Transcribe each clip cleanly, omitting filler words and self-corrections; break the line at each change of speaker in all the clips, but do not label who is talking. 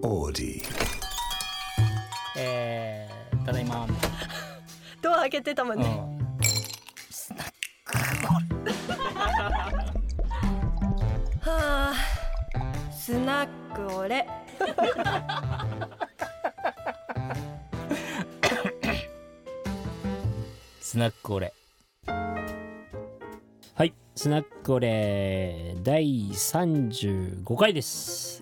オーディ
ただいま
ドア開けてたもんね、はあ、スナックオレ
スナックオレ。はい、スナックオレ第35回です。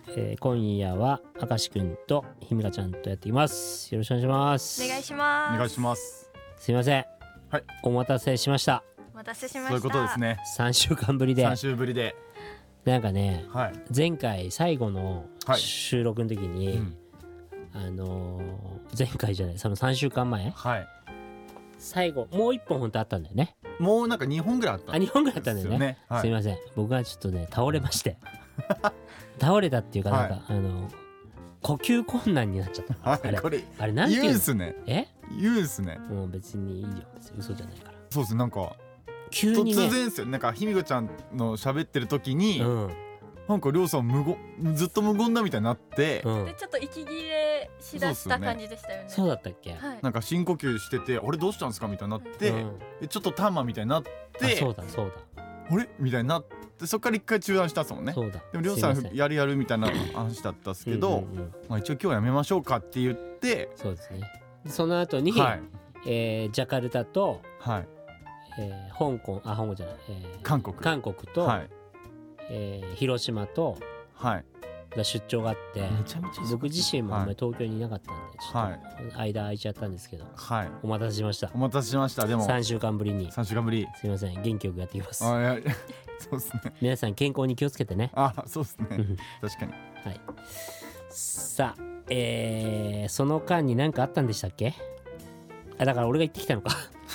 今夜は明石くんとひみかちゃんとやっています。よろしくお願いします。
お願いします。
お願いします。
すいません、
はい、
お待たせしました。
お待たせしました。
そういうことですね。
3週間ぶりで
3週ぶりで
なんかね、
はい、
前回最後の収録の時に、前回じゃない、その3週間前、
はい、
最後もう1本本当あったんだよね。
もうなんか2本ぐらいあったんですよね。
2本ぐらいあったんだよね、はい、すいません、僕がちょっとね倒れまして倒れたっていうかなんか、はい、呼吸困難になっちゃった、
はい、これ
あれなんていうの、
言うんすね。言うんすね。
もう別にいいよ、別に嘘じゃないから。
そうですね、なんか
急にね、
突然ですよ。なんかひみこちゃんの喋ってる時に、なんかりょうさんずっと無言だみたいになって、
でちょっと息切れしだした感じでしたよね。
そうだったっけ、
はい、
なんか深呼吸してて、あれどうしたんですかみたいになって、ちょっとタンマみたいになって、
そうだ
あれみたいになって、そっから一回中断したっすもんね。
そうだ。
でもりょうさんやるみたいな話だったっすけど、まあ一応今日やめましょうかって言って、
そうですね。その後に、はい、ジャカルタと、はい、香港じゃない、韓国と、はい、広島と、はい、出張があって、めちゃめちゃ僕自身も東京にいなかったんで、ちょっと間空いちゃったんですけど、はい、お待たせしました。
お待たせしました。でも
3週間ぶりに。
3週間ぶり。
すいません、元気よくやっていきます。
そうですね。
皆さん健康に気をつけてね。
そうですね。確かに。
はい。さあ、その間に何かあったんでしたっけ？だから俺が行ってきたのか。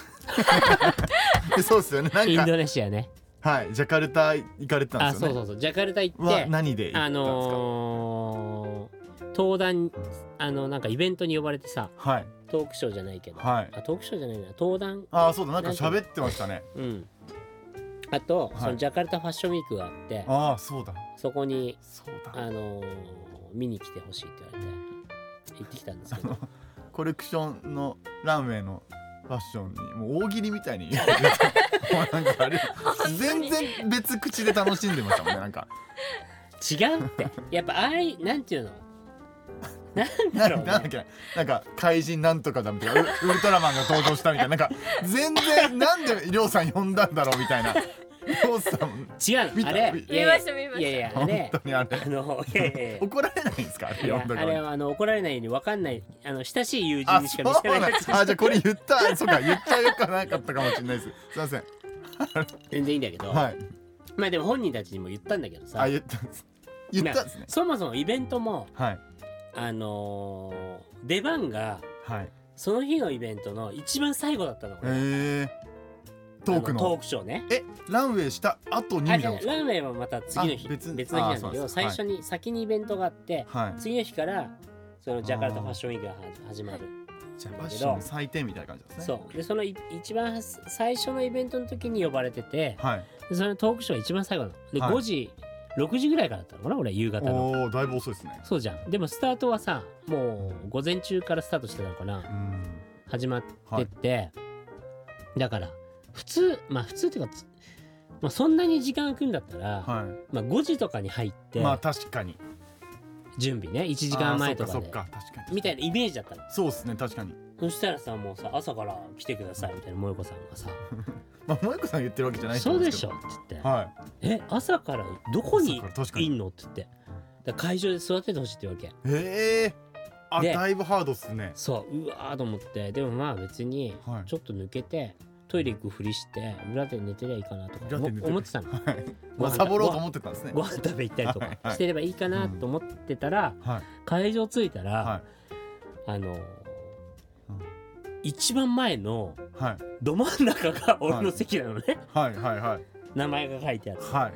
そうですよね。なんか
インドネシアね。
はい、ジャカルタ行かれてたんですよね。
そうジャカルタ行って
何で行ったんですか？
登壇、なんかイベントに呼ばれてさ、
はい、
トークショーじゃないけど、
はい、
トークショーじゃないな、登壇。
そうだ、なんか喋ってましたね。
あと、そのジャカルタファッションウィークがあって、
そうだ、
そこに見に来てほしいって言われて行ってきたんですけど、
コレクションのランウェイのファッションにもう大喜利みたいになんかあれ全然別口で楽しんでましたもんね。なんか
違うってやっぱなんていうのなんだろう、ね、
なんだっけ、なんか怪人なんとかだみたいな、ウルトラマンが登場したみたいな、なんか全然なんでりょうさん呼んだんだろうみたいな。りょうさん
違うのあれ、
見ました。
いやあれ
本当にあれ怒られないんですか？あれ
は怒られないように分かんない、親しい友人にしか見せないやつ。
じゃあこれ言ったそうか、言っちゃよくなかったかもしれないです。すいません。
全然いいんだけど、はい、まあでも本人たちにも言ったんだけどさ、
言ったんですね。
そもそもイベントも、
はい、
出番が、はい、その日のイベントの一番最後だったの。トークショーね。
ランウェイした後に見たんですか？
ランウェイはまた次の日、別の日なんだけど、最初に先にイベントがあって、次の日からそのジャカルタファッションウィークが始まる。
じゃあファッションの祭典みたいな感じですね。
そうで、その一番最初のイベントの時に呼ばれてて、でそのトークショーが一番最後なので、5時6時ぐらいからだったのかな、俺夕方の。
だいぶ遅いですね。
そうじゃん。でもスタートはさ、もう午前中からスタートしてたのかな、始まってって、だから普通っていうか、そんなに時間空くんだったら、5時とかに入って、
確かに
準備ね、1時間前とかでみたいなイメージだったの。
そうですね、確かに。
そしたらさ、もうさ、朝から来てくださいみたいな萌子さんがさ
萌子さん言ってるわけじゃない
そうでしょって言って、朝からどこにいんのって言って、だ会場で座っててほしいってわけ。
だいぶハードっすね。
うわーと思って、でもまあ別にちょっと抜けて、トイレ行くふりして裏で寝てりゃいいかなとか思ってたの。
サボろうと思ってたんですね。
ご飯食べ行ったりとかしてればいいかなと思ってたら、会場着いたら、一番前のど真ん中が俺の席なのね。名前が書いてあって、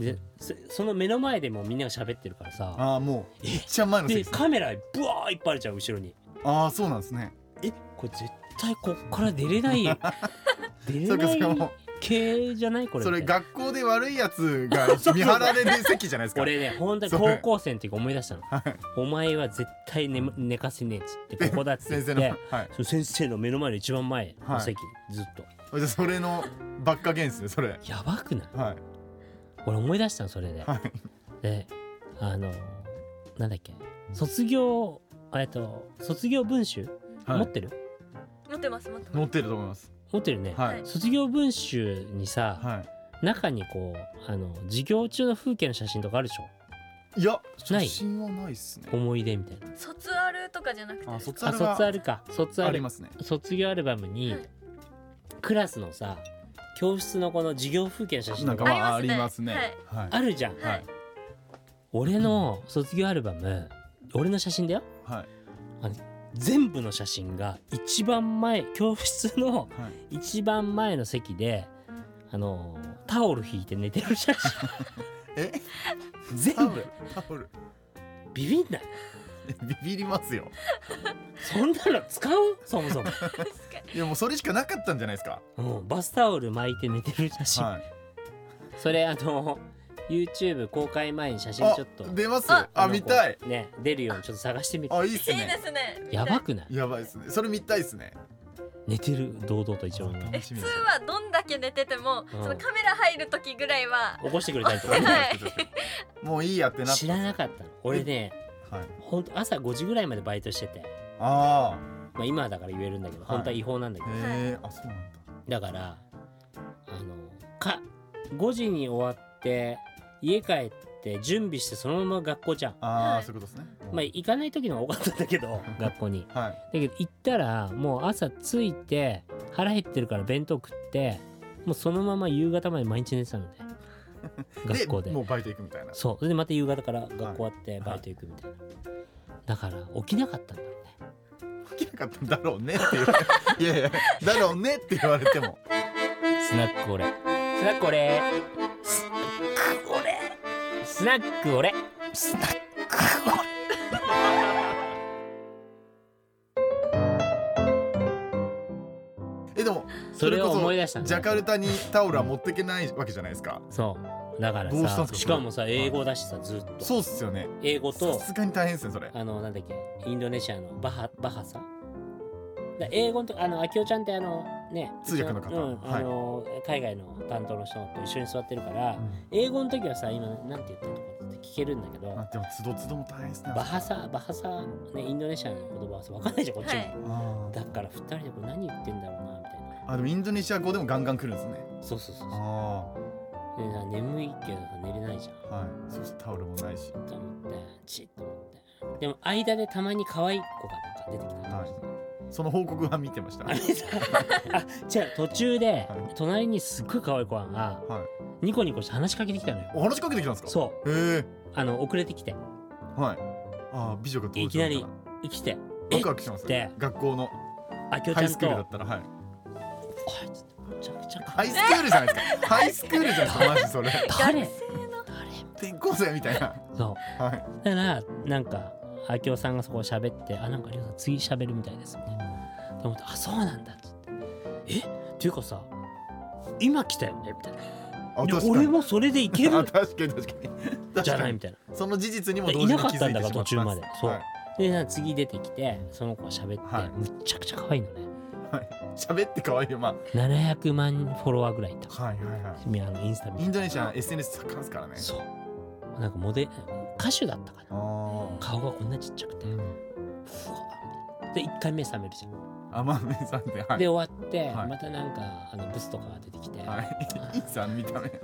でその目の前でもみんなが喋ってるからさ、
もう一番前の席
でカメラブワーいっぱいあるじゃん後ろに。
そうなんですね。
これ絶対こっから出れないよ出れない系じゃないこれ。
それ学校で悪いやつが見張られる席じゃないですか。
俺ね本当に高校生の時思い出したの。お前は絶対寝かせねえっつってここだっつってその先生の目の前の一番前の席ずっと。
それのばっかげんすねそれ。
やばくない？
はい。
俺思い出したのそれで。でなんだっけ卒業文集持ってる？
持ってます。
持ってると思います。
持ってるね。卒業文集にさ中にこう授業中の風景の写真とかあるでしょ？
いや写真はないっすね。
思い出みたいな。
卒アルとかじゃなくて。
卒アルか。卒アルありますね。卒業アルバムにクラスのさ教室のこの授業風景の写真とか
ありますね。
あるじゃん。俺の卒業アルバム、俺の写真だよ。全部の写真が一番前、教室の一番前の席でタオル引いて寝てる写真。全部
タオル
ビビんない？
ビビりますよ。
そんなの使う？そもそも。
いやもうそれしかなかったんじゃないですか。
バスタオル巻いて寝てる写真。それYouTube 公開前に写真ちょっと
出ます。見たい
ね。出るようにちょっと探してみる。
いいっすね。
いいですね。
やばくない？
やばいですね。それ見たいですね。
寝てる堂々と一番。
普通はどんだけ寝ててもそのカメラ入る時ぐらいは
起こしてくれたりとか。
もういいやってなった。
知らなかったの。俺ね本当朝5時ぐらいまでバイトしてて。今だから言えるんだけど本当は違法なんだけど。
そうなんだ。
だから5時に終わって家帰って準備してそのまま学校じゃん。
そういうことですね。
行かない時の方が多かったんだけど学校に。だけど行ったらもう朝着いて腹減ってるから弁当食ってもうそのまま夕方まで毎日寝てたので学校で
もうバイト行くみたいな。
そう。でまた夕方から学校終わってバイト行くみたいな。だから起きなかったんだろうね。
起きなかったんだろうねって言われいやいやだろうねって言われても。
スナックオレスナックオレスナックオレスナックオ
レでも
それを思い出したんだ。
ジャカルタにタオルは持ってけないわけじゃないですか。
そうだからさしかもさ英語だしさずっと。
そうっすよね。
英語と
さすがに大変ですねそれ。
なんだっけインドネシアのバハさ英語のとあきおちゃんってね
通訳の方、
海外の担当の人と一緒に座ってるから、英語の時はさ今なんて言ったのとかって聞けるんだけど、
でもつどつども大変ですね。
バハサねインドネシアの言葉は分かんないじゃんこっちも、だから2人でこれ何言ってんだろうなみたいな。
でもインドネシア語でもガンガン来るんですね。
そうで眠いけど寝れないじゃん。
そうタオルもないし
と思ってチッと思って。でも間でたまに可愛い子がなんか出てきた。
その報告は見てました。
じゃあ途中で隣にすっごい可愛い子がニコニコして話しかけてきたのよ。
話しかけてきたんですか？
そう。遅れてきて。
美女が登場。
いきなり来て。
ワクワクしますね。学校の
ハイ
スクールだったら
めちゃくちゃ
ハイスクールじゃないですか。ハイスクールじゃないですかマジそれ。
誰？
転校生みたいな。
そう。だからなんかあきおさんがそこを喋ってなんかりょうさん次喋るみたいですみたいな。と思ってそうなんだっつってっていうかさ今来たよねみたいな。俺もそれでいける
確かに
じゃないみたいな。
その事実にも同時
い
に
なかったんだから途中まで。そうで次出てきてその子が喋ってむっちゃくちゃ可愛いのね。
喋って可愛いよ。
700万フォロワーぐらいいた。インスタ
インドネシア SNS 盛んですからね。
そうなんか歌手だったかな。顔がこんなちっちゃくてで1回目覚めるじゃん。
目覚めて
で終わってまたなんかブスとかが出てきて
いいさ見た目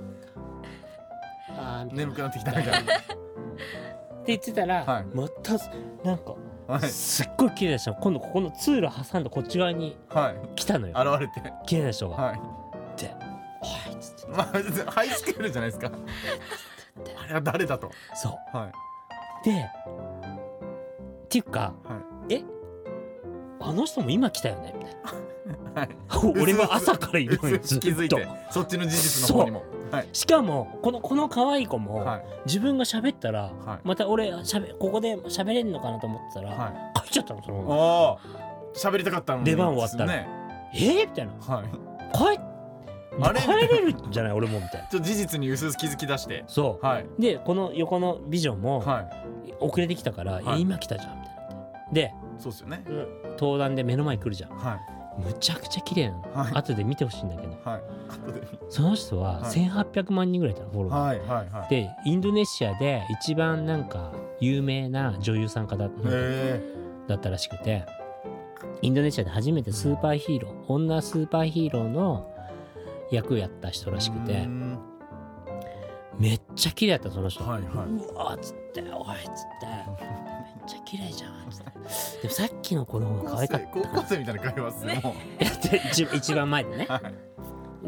眠くなってきたみたいなって
言ってたらまたなんかすっごい綺麗な人が今度ここの通路挟んだこっち側に来たのよ。
現れて
綺麗な人がで
っつってハイスクールじゃないですか。あれは誰だと。
そうでっていうかあの人も今来たよねみたいな。俺は朝からいるのにずっと
気づいてそっちの事実の方にも。
しかもこの可愛い子も自分が喋ったらまた俺ここで喋れんのかなと思ってたら帰っちゃったのそのまま。
喋りたかったのに
出番終わったらみたいな。
あれ
帰れるんじゃない俺もみたいな。
ちょっと事実に薄々気づき出して、
そう、
はい、
でこの横のビジョンも
は
遅れてきたから、
はい、
今来たじゃんみたいな。で
そうですよね、
登壇で目の前来るじゃん、
はい、
むちゃくちゃ綺麗なの、はい、後で見てほしいんだけど、はい、後でその人は1800万人ぐらいいたのフォロワー、はいはいはい、でインドネシアで一番なんか有名な女優さんだったらしくて、インドネシアで初めてスーパーヒーロー、女スーパーヒーローの役やった人らしくて、めっちゃ綺麗だったその人、はいはい、うわっつっておいっつってめっちゃ綺麗じゃんっつってでもさっきの子の方が可愛かった
高校生みたいな会話っすねもう
一番前でね、はい、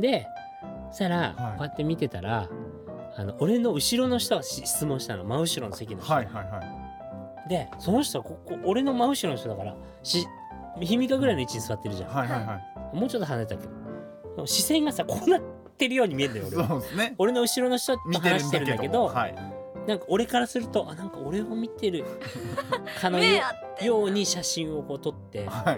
でそしたらこうやって見てたら、俺の後ろの人は質問したの、真後ろの席の人、はいはいはい、でその人は俺の真後ろの人だからひみかぐらいの位置に座ってるじゃん、はいはいはい、もうちょっと離れたけど視線がさこうなってるように見えるんだよ俺は。そうですね、俺の後ろの人と話してるんだけど、はい、なんか俺からするとなんか俺を見てるかのように写真をこう撮って、はい、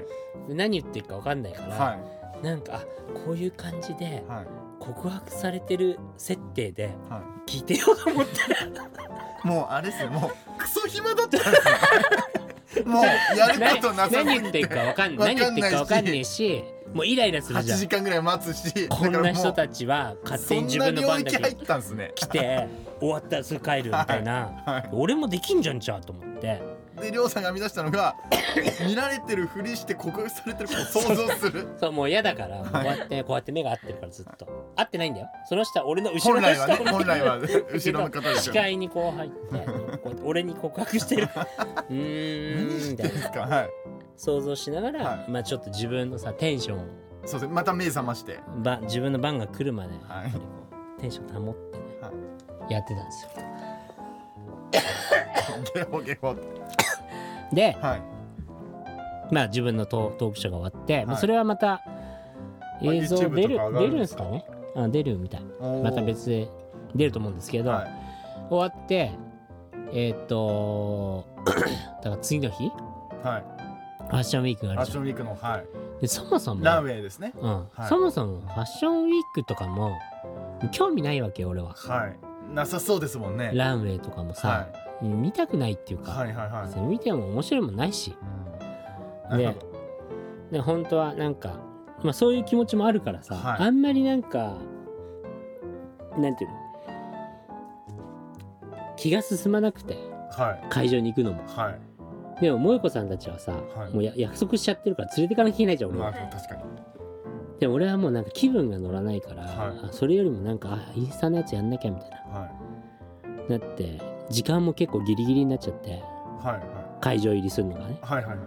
何言ってるか分かんないから、はい、なんかこういう感じで告白されてる設定で聞いてようと思ったら、
はい、もうあれっすよ、もうクソ暇だったんですよもうやることなさすぎて
何言ってるか分かんない、何言ってるか分かんないし、もうイライラするじゃん。
8時間ぐらい待つし、
こんな人たちは勝手に自分の番だけ
入ったんすね、
来て終わったらすぐ帰るみたいな、はいはい、俺もできんじゃんじゃあと思って、
でりょうさんが見出したのが見られてるふりして告白されてることを想像する
そう、もう嫌だから、はい、こうやって目が合ってるからずっと合ってないんだよ。その人は俺の後ろの人、
本来は後ろの方ですよ、
視界にこう入って俺に告白してるみたいな、はい、想像しながら、はい、まあちょっと自分のさテンションを
そうですね、また目覚まして
自分の番が来るまで、はい、テンション保ってね、はい、やってたんですよ
ゲホゲホ
で、はい、まあ自分のトークショーが終わって、はい、それはまた映像出るんですかね、出るみたい、また別で出ると思うんですけど、はい、終わってだから次の日、はい、ファッションウィークがあるじゃん。ファッションウィークの、はい、でそもそも
ランウェイですね、
はい、そもそもファッションウィークとかも興味ないわけよ俺は、はい、
なさそうですもんね。
ランウェイとかもさ、はい、見たくないっていうか、はいはいはい、見ても面白いもんないし、うん、で本当はなんか、まあ、そういう気持ちもあるからさ、はい、あんまりなんかなんていうの気が進まなくて、はい、会場に行くのも、はい、でも萌子さんたちはさ、はい、もう約束しちゃってるから連れてかなきゃいけないじゃん俺は、まあ、確かに。でも俺はもうなんか気分が乗らないから、はい、それよりもなんかインスタのやつやんなきゃみたいな、はい、なって時間も結構ギリギリになっちゃって、はいはい、会場入りするのがね、はいはい、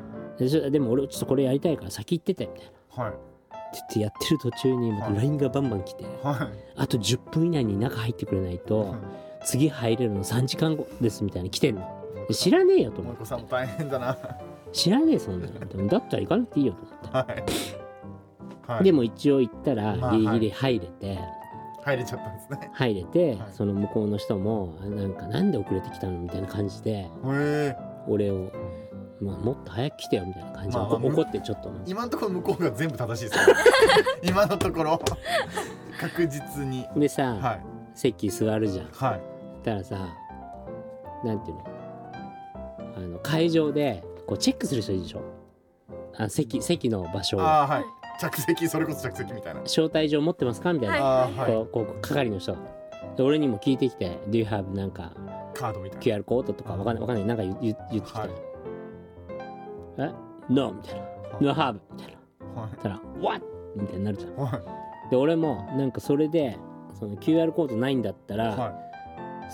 でも俺ちょっとこれやりたいから先行っててみたいな、はい、って言ってやってる途中にまた LINE がバンバン来て、はい、あと10分以内に中入ってくれないと、はい、次入れるの3時間後ですみたいに来てんの。知らねえよと思って。
さんも大変だな。
知らねえそんなの。だったら行かなくていいよと思って、はいはい、でも一応行ったらギリギリ入れて、
入れちゃったんですね。
入れて、はい、その向こうの人もなんで遅れてきたのみたいな感じで俺を、まあ、もっと早く来てよみたいな感じで、まあ、怒ってちょっと
今のところ向こうが全部正しいですよ今のところ確実に
でさ、はい、席座るじゃん、はい、だからさなんていうの会場でこうチェックする人いるでしょ、席の場所を、
はい、着席、それこそ着席みたいな
招待状持ってますかみたいな、はい、こう係の人で俺にも聞いてきて Do you have なんか
カードみたいな
QR コードとかわかんないなんか言ってきて、はい、No みたいな、はい、No have みたいな、はい、たら What みたいになるじゃん、はい、で俺もなんかそれでその QR コードないんだったら、はい、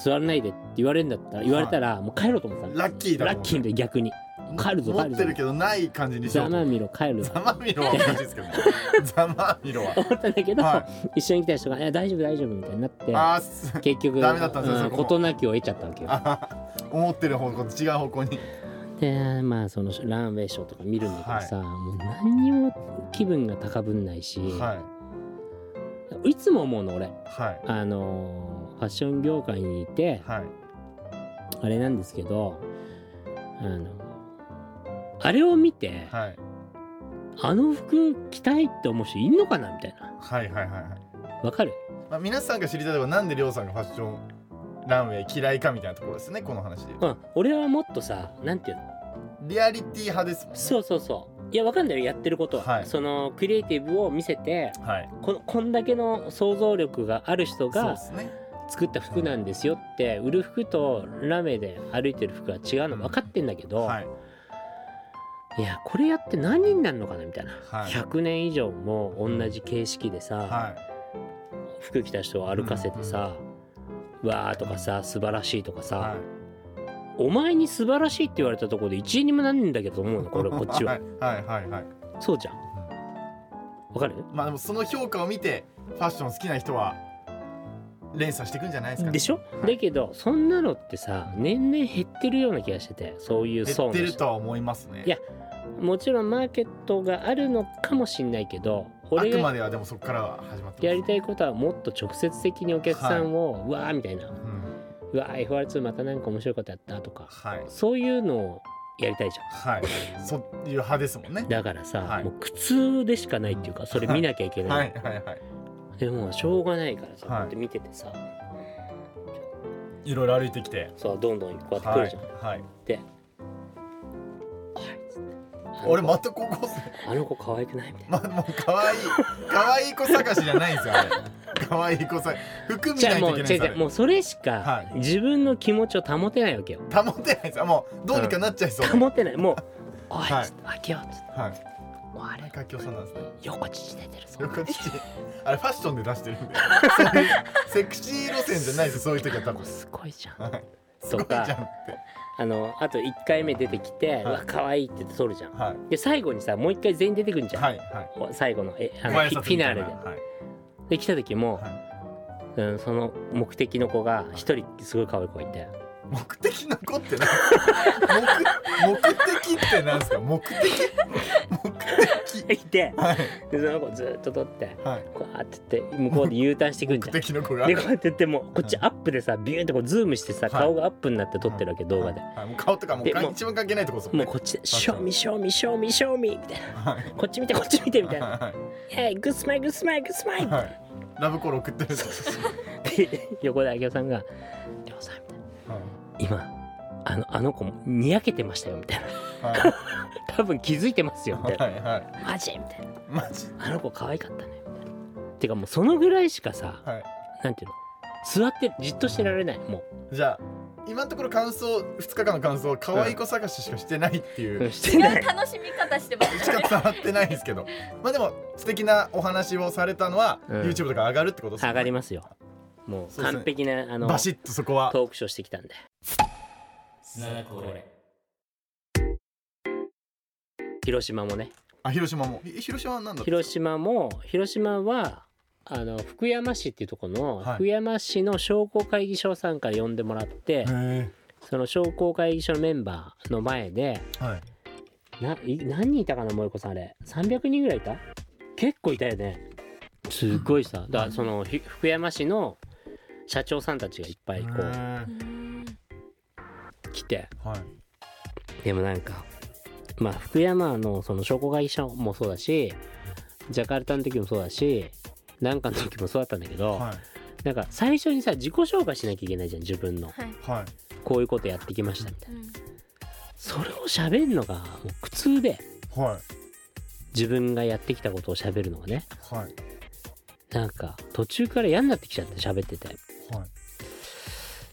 座らないでって言われたらもう帰ろうと思ってた。
ラッキーだ
ラッキーで逆に帰るぞ
持ってるけどない感じにしようと。
ざまみろ帰るぞ。
ざまみろは難しいですけどねざまみろは
思ったんだけど、はい、一緒に来た人が大丈夫みたいになって結局
ダメだったんですよ、
事なきを得ちゃったわけよ
思ってる方向と違う方向に
でまあそのランウェイショーとか見るんだけどさ、はい、もう何にも気分が高ぶんないし、はい、いつも思うの俺、はい、ファッション業界にいて、はい、あれなんですけどあれを見て、はい、あの服着たいって思う人いんのかなみたいな、
はいはいはいはい、
わかる？
まあ、皆さんが知りたいのはなんでりょうさんがファッションランウェイ嫌いかみたいなところですね、この話で。
俺はもっとさ、なんていうの、
リアリティ派ですもんね。
そうそうそう、いやわかんないよ、やってることは、はい、そのクリエイティブを見せて、はい、こんだけの想像力がある人が作った服なんですよって、売る服とラメで歩いてる服が違うの分かってんだけど、はい、いやこれやって何になるのかなみたいな、はい、100年以上も同じ形式でさ、はい、服着た人を歩かせてさ、わーとかさ、素晴らしいとかさ、はい、お前に素晴らしいって言われたところで1円にもなんねんだけど思うの、こっちは
はいはいはい、
そうじゃん、わかる？
まあでもその評価を見てファッション好きな人は連鎖していくんじゃないですかね。
でしょ、はい、だけどそんなのってさ年々減ってるような気がしてて、そういう層の人
減ってるとは思いますね。
いやもちろんマーケットがあるのかもしんないけど、
俺があくまではでもそこからは始まってます。
やりたいことはもっと直接的にお客さんを、はい、うわーみたいな、うわ FR2 またなんか面白いことやったとか、はい、そういうのをやりたいじゃん。はい、
そういう派ですもんね。
だからさ、はい、もう苦痛でしかないっていうか、それ見なきゃいけない、はいはいはい、でもしょうがないからさ、こうやって見ててさ、
いろいろ歩いてきて、
そうどんどんこうやって来るじゃん、はいはい、で
俺また高校生
あの子可愛くないみたいな、
もう可愛い子探しじゃないんですよあれ。可愛い子さ服見ないといけないんですよ。
もうそれしか自分の気持ちを保てないわけよ。
保てないですよ、もうどうにかなっちゃいそう、
保てない、もうおい、開けようっつって、はい、
もうあれかきょうさんなんですね。
横乳出てるぞ。
横乳あれファッションで出してるんでそういうセクシー路線じゃないですよ、そういう時は多分。
すごいじゃん、
はい、すごいじゃんって。
あと1回目出てきて、うわ可愛いって言って撮るじゃん、はい、で最後にさもう1回全員出てくるんじゃん、はいはい、最後のフィナーレで、はい、で来た時も、はい、その目的の子が1人すごい可愛い子がいて、
目的の子って何目的って何ですか？目的
いて、はい、でその子ずっと撮って、はい、こうやって言って向こうで U ターンしてくんじゃん。
目的の子が
でこうやって言ってもこっちアップでさビューってこうズームしてさ、顔がアップになって撮ってるわけ、動画で、
もう顔とかもう一番関係ないとこですもんね。
もうこっちでショーミショーミショーミショーミみたいな、こっち見てこっち見てみたいな、えグッスマイグッスマイグッスマイみたいな、
ラブコール送ってるんです
で横であきおさんが「りょうさん」みたいな、今あの子もにやけてましたよみたいな、はい、多分気づいてますよみたいな、はいはい、マジみたいな、マジあの子可愛かったねみたいな、てかもうそのぐらいしかさ、はい、なんていうの、座ってじっとしてられない。も
うじゃあ今のところ2日間の感想は可愛い子探ししかしてないっていう、
してない楽しみ方してますね。
しか伝わってないんですけどまあでも素敵なお話をされたのは、YouTube とか上がるってことですね。
上がりますよ。もう完璧な
バシッとそこは
トークショーしてきたんで。これ広島もね。
広島もは何だった？
広島は福山市っていうところの、はい、福山市の商工会議所さんから呼んでもらって、その商工会議所のメンバーの前で、はい、何人いたかな、萌子さん、あれ300人ぐらいいた？結構いたよね。すごいさ、だからその福山市の社長さんたちがいっぱいこう来て、はい、でもなんかまあ福山のその商工会議所もそうだし、ジャカルタの時もそうだし、なんかの時もそうだったんだけど、はい、なんか最初にさ自己紹介しなきゃいけないじゃん、自分の、はい、こういうことやってきましたみたいな、それを喋るのがもう苦痛で、はい、自分がやってきたことを喋るのがね、はい、なんか途中から嫌になってきちゃって喋ってて、はい、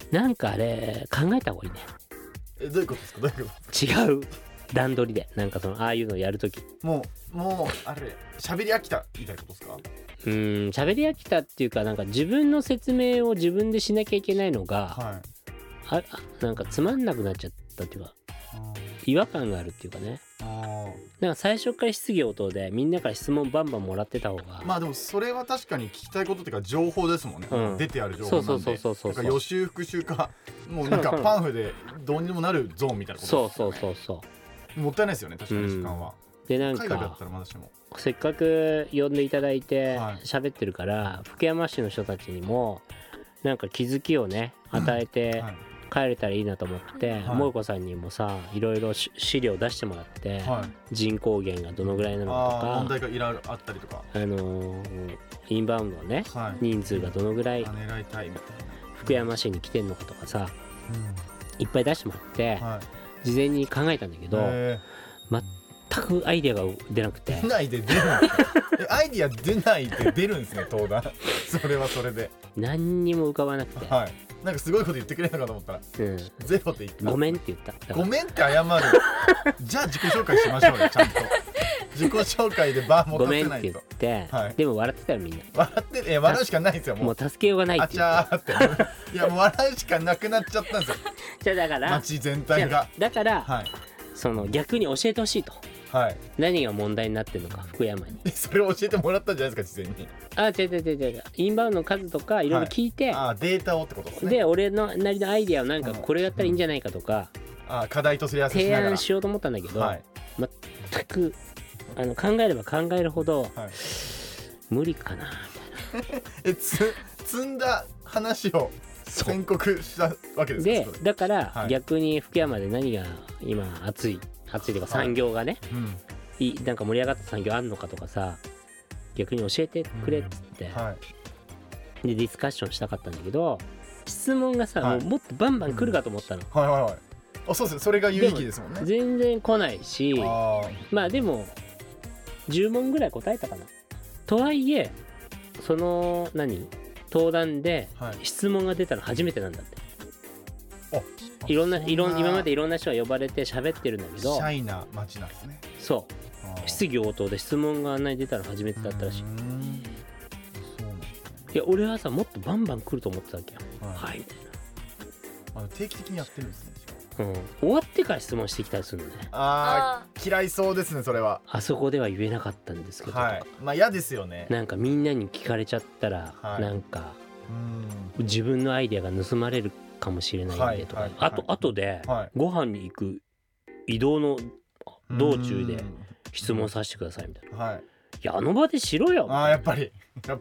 なんかあれ考えた方がいいね。
どういうことですか？どういうこ
と？違う段取りで、なんかそのああいうのをやるとき
もうあれ喋り飽きたみたいなことですか？
喋り飽きたっていうか、なんか自分の説明を自分でしなきゃいけないのが、はい、なんかつまんなくなっちゃったっていうか、違和感があるっていうかね。なんか最初から質疑応答でみんなから質問バンバンもらってた方が、
まあでもそれは確かに聞きたいことっていうか情報ですもんね、出てある情報なんで、そう予習復習か、もうなんかパンフでどうにでもなるゾーンみたいなことですよね。そうもったいないですよね、確かに時間は。
でなんかせっかく呼んでいただいて喋ってるから、福山市の人たちにもなんか気づきをね与えて帰れたらいいなと思って、萌子さんにもさいろいろ資料出してもらって、人口減がどのぐらいなのかとか、
問題がいろいろあったりとか、
インバウンドのね、人数がどのぐらい
狙いたいみたいな
福山市に来てんのかとかさ、いっぱい出してもらって、事前に考えたんだけど、全くアイデアが出なくて。
出ないで出るアイデア出ないで出るんですね、登壇。それはそれで
何にも浮かばなくて、
なんかすごいこと言ってくれるのかと思ったら、ゼロって言った。
ごめんって言った。
ごめんって謝る。じゃあ自己紹介しましょうよ、ちゃんと。自己紹介で場持たせないと。ごめんって
言って、でも笑ってたよみんな。
笑って、笑うしかないですよ。
もう助けようがないって言って。
あちゃーって。いやもう笑うしかなくなっちゃったんですよ。
じゃあだから
街全体が。
だから、その逆に教えてほしいと。何が問題になってるのか、福山に。
それを教えてもらったんじゃないですか、事前に。
違うインバウンドの数とかいろいろ聞いて、
データをってことですね。
で俺のなりのアイディアをなんかこれやったらいいんじゃないかとか、
課題とすり合わせしながら
提案しようと思ったんだけど、全く考えれば考えるほど、無理かなみたいな。
積んだ話を宣告したわけですか。
でだから逆に福山で何が今熱いというか産業がね、なんか盛り上がった産業あんのかとかさ、逆に教えてくれっつって、でディスカッションしたかったんだけど、質問がさ、もっとバンバン来るかと思ったの。
そうです。それが有意義ですもんね。
全然来ないし、まあでも10問ぐらい答えたかな。とはいえその登壇で質問が出たの初めてなんだって。今までいろんな人が呼ばれて喋ってるんだけど、
シャイな街なんですね。
そう質疑応答で質問があんなに出たの初めてだったらしい。いや俺はさもっとバンバン来ると思ってたわけよ。みたい
な。定期的にやってるんですね。
終わってから質問してきたりするのね。
嫌いそうですね、それは。
あそこでは言えなかったんですけど、
まあ嫌ですよね。
なんかみんなに聞かれちゃったら、なんか自分のアイデアが盗まれるかもしれないんでとか、あとでご飯に行く移動の道中で質問させてくださいみたいな。いやあの場でしろよ。
やっぱり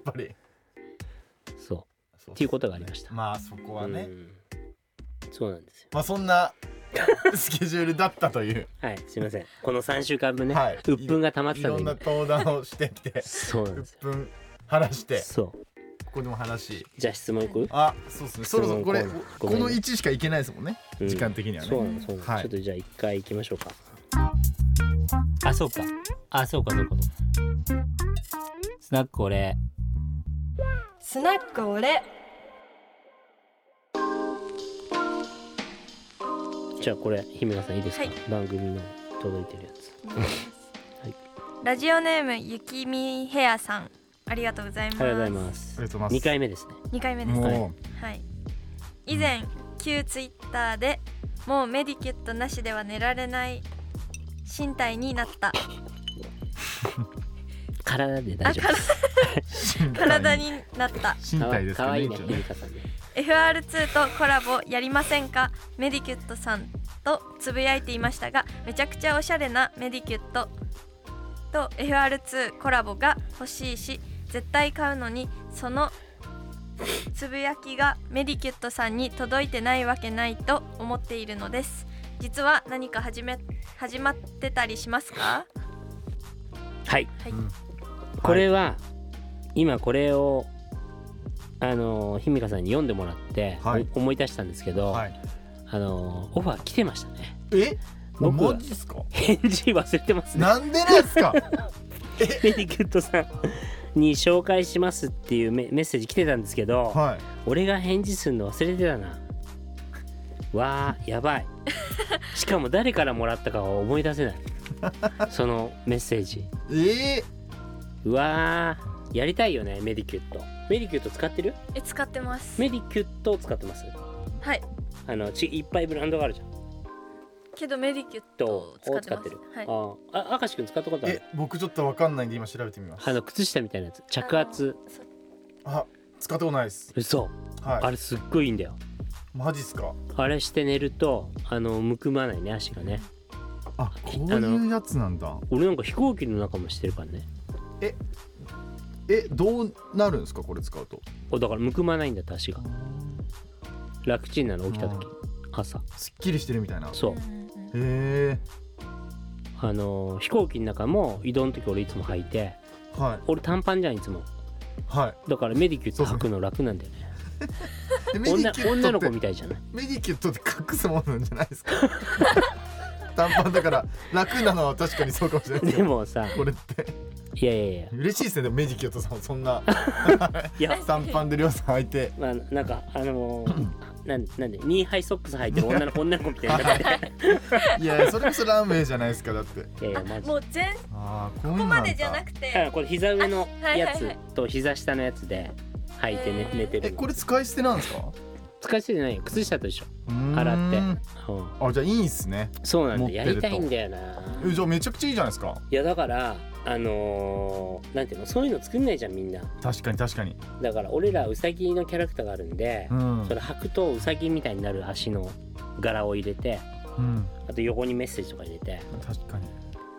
そうっていうことがありました。
まあそこはね、
そうなんですよ。
まあそんなスケジュールだったという。
すいません。この3週間分ね、鬱憤が溜まってたんで、
いろんな登壇をしてきて、
そうなんですよ。
鬱憤晴らして、
そう。
ここでも話。
じゃあ質問いく？
そうですね。そろそろこの1しかいけないですもんね。時間的にはね。
そうなんです。ちょっとじゃあ1回行きましょうか。そうか。スナック俺。
スナック俺。
じゃあこれ姫香さんいいですか、番組の届いてるやつ。
ラジオネームゆきみヘアさん、ありがとうございます。
ありがとうございます。2回目ですね。
2回目ですね。以前旧ツイッターでもうメディキュットなしでは寝られない身体になった
体で大丈夫です。
体になった
身体ですかね。
かわいいね姫香さんね。
FR2 とコラボやりませんか、メディキュットさんとつぶやいていましたが、めちゃくちゃおしゃれなメディキュットと FR2 コラボが欲しいし絶対買うのに、そのつぶやきがメディキュットさんに届いてないわけないと思っているのです。実は何か始まってたりしますか？
これは今これを姫香さんに読んでもらって、思い出したんですけど、オファー来てましたね。
僕マジっすか？
返事忘れてますね。
なんでですか？
メディキュットさんに紹介しますっていうメッセージ来てたんですけど、俺が返事するの忘れてたな。わーやばい。しかも誰からもらったかは思い出せない。そのメッセージ。うわーやりたいよね。メディキュット使ってる？
使ってます。
メディキュットを使ってます？
はい。
いっぱいブランドがあるじゃん。
けどメディキュットを使ってる。
明石くん使ったことある？
僕ちょっとわかんないんで今調べてみます。
靴下みたいなやつ、着圧。
使ったことないです。
嘘。あれすっごいいいんだよ。
マジっすか？
あれして寝るとむくまないね、足がね。
こういうやつなんだ。
俺なんか飛行機の中もしてるからね。
どうなるんですかこれ使うと？
だからむくまないんだって、足が楽ちんなの、起きた時。 朝
すっきりしてるみたいな。
そう
へえ。
飛行機の中も移動の時俺いつも履いて、はい、俺短パンじゃんいつも、はい、だからメディキュット履くの楽なんだよね女の子みたいじゃない？
メディキュットって隠すものなんじゃないですか短パンだから楽なのは確かにそうかもしれない。
でもさ
これって
いや
嬉しいですね。でもメディキュットさんもそんな短パンでりょうさん履いて、
まあなんかなんでニーハイソックス履いてる女の子みたいになって
いやそれこそランウェイじゃないですか。だって
いやマジもうここまでじゃなくて
これ膝上のやつと膝下のやつで履いて寝てる。
これ使い捨てなんですか？
使い捨てじゃないよ、靴下と一緒。洗って、
あ、じゃあいいんすね。
そうなんだ、やりたいんだよな。
じゃあめちゃくちゃいいじゃないですか。
いやだからなんていうの、そういうの作んないじゃんみんな。
確かに確かに。
だから俺らウサギのキャラクターがあるんで、それ履くとウサギみたいになる足の柄を入れて、あと横にメッセージとか入れて。
確かに。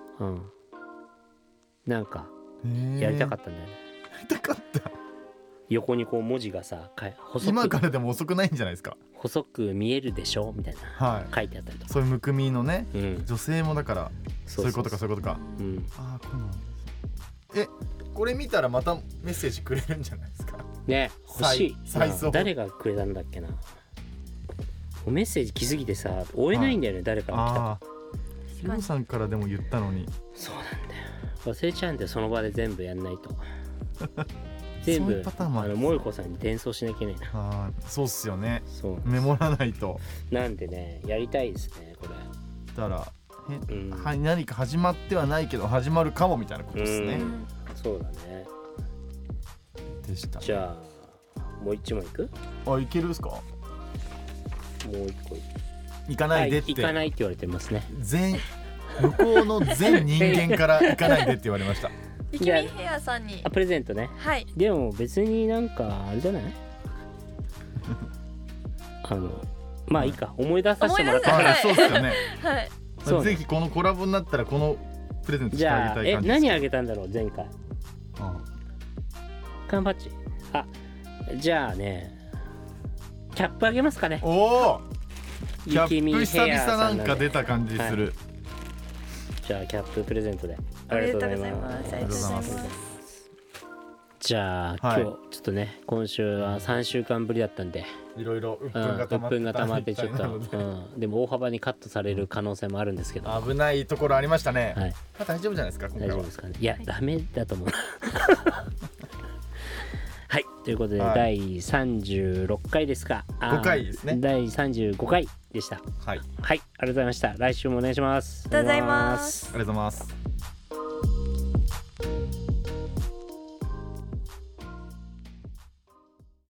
なんかやりたかったんだよね。
やりたかった。
横にこう文字がさ、
今からでも遅くないんじゃないですか。
細く見えるでしょみたいな、書いてあったりとか。
そういうむくみのね、女性もだからそういうことかそういうことか。ああ、こうなんです。これ見たらまたメッセージくれるんじゃないですか
ね。欲しい。誰がくれたんだっけな。メッセージ来すぎてさ追えないんだよね、誰から来たか。
ヒロさんからでも言ったのに。
そうなんだよ、忘れちゃうんだよ、その場で全部やんないと全部萌子さんに伝送しなきゃいけないな。
そうっすよね。メモらないと。
なんでね、やりたいですねこれ。
だから何か始まってはないけど始まるかもみたいなことですね。
そうだね。
でした。
じゃあもう一問いく？
いけるですか？も
う一個
行かないでって。
行かないって言われてますね。
向こうの全人間から行かないでって言われました
イケメンヘアさんに
プレゼントね。はい。でも別になんかあれじゃないまあいいか、思い出させてもらったら。
そうですよね。はい。ぜひこのコラボになったらこのプレゼントしてあげたい感じです。
何あげたんだろう前回。缶バッジ。じゃあね、キャップあげますかね。
おお。キャップ久々なんか出た感じする。
じゃあキャッププレゼントで。ありがとうございます。ありがとうございます。じゃあ今日ちょっとね、今週は3週間ぶりだったんで、
いろいろ鬱憤が溜まってちょっと、
でも大幅にカットされる可能性もあるんですけど、
危ないところありましたね。はい。大丈夫じゃないですか。
大丈夫ですかね。いやダメだと思う。はい、ということで、第36回ですか。
5回ですね。
第35回でした。はい、はい、ありがとうございました。来週もお願いします。
ありがとうございます。
ありがとうございます。